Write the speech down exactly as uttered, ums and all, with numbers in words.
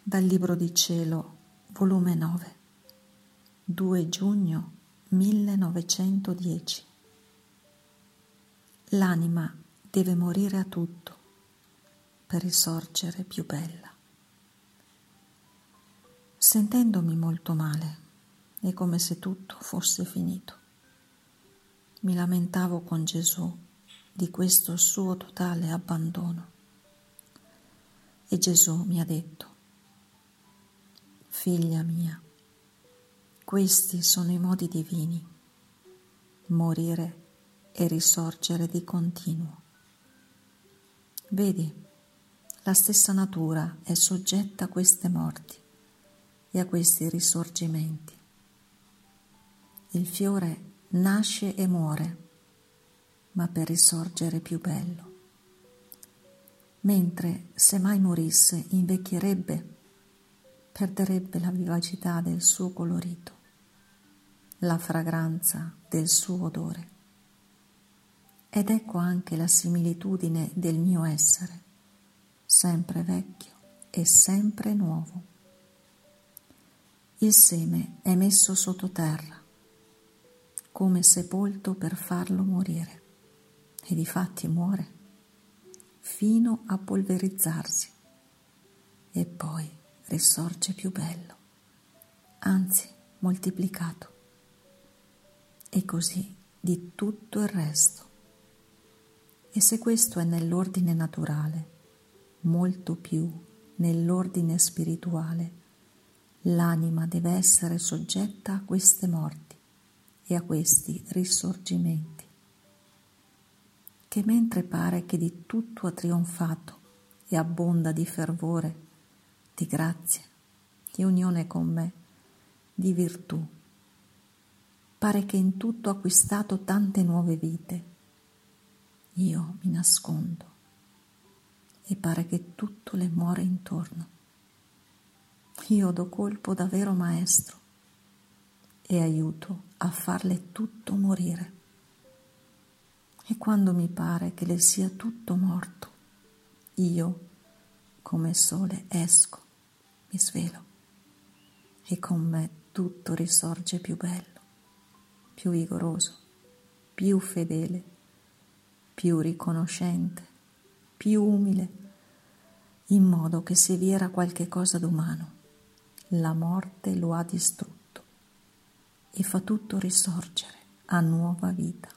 Dal Libro di Cielo, volume nove, due giugno millenovecentodieci. L'anima deve morire a tutto per risorgere più bella. Sentendomi molto male, è come se tutto fosse finito. Mi lamentavo con Gesù di questo suo totale abbandono. E Gesù mi ha detto: figlia mia, questi sono i modi divini, morire e risorgere di continuo. Vedi, la stessa natura è soggetta a queste morti e a questi risorgimenti. Il fiore nasce e muore, ma per risorgere più bello. Mentre se mai morisse invecchierebbe, perderebbe la vivacità del suo colorito, la fragranza del suo odore. Ed ecco anche la similitudine del mio essere, sempre vecchio e sempre nuovo. Il seme è messo sottoterra, come sepolto per farlo morire, e difatti muore, fino a polverizzarsi, e poi risorge più bello, anzi moltiplicato. E così di tutto il resto. E se questo è nell'ordine naturale, molto più nell'ordine spirituale, l'anima deve essere soggetta a queste morti e a questi risorgimenti, che mentre pare che di tutto ha trionfato e abbonda di fervore, di grazia, di unione con me, di virtù, pare che in tutto ha acquistato tante nuove vite. Io mi nascondo e pare che tutto le muore intorno. Io do colpo da vero maestro e aiuto a farle tutto morire. E quando mi pare che le sia tutto morto, io, come sole, esco, mi svelo, e con me tutto risorge più bello, più vigoroso, più fedele, più riconoscente, più umile, in modo che se vi era qualche cosa d'umano, la morte lo ha distrutto e fa tutto risorgere a nuova vita.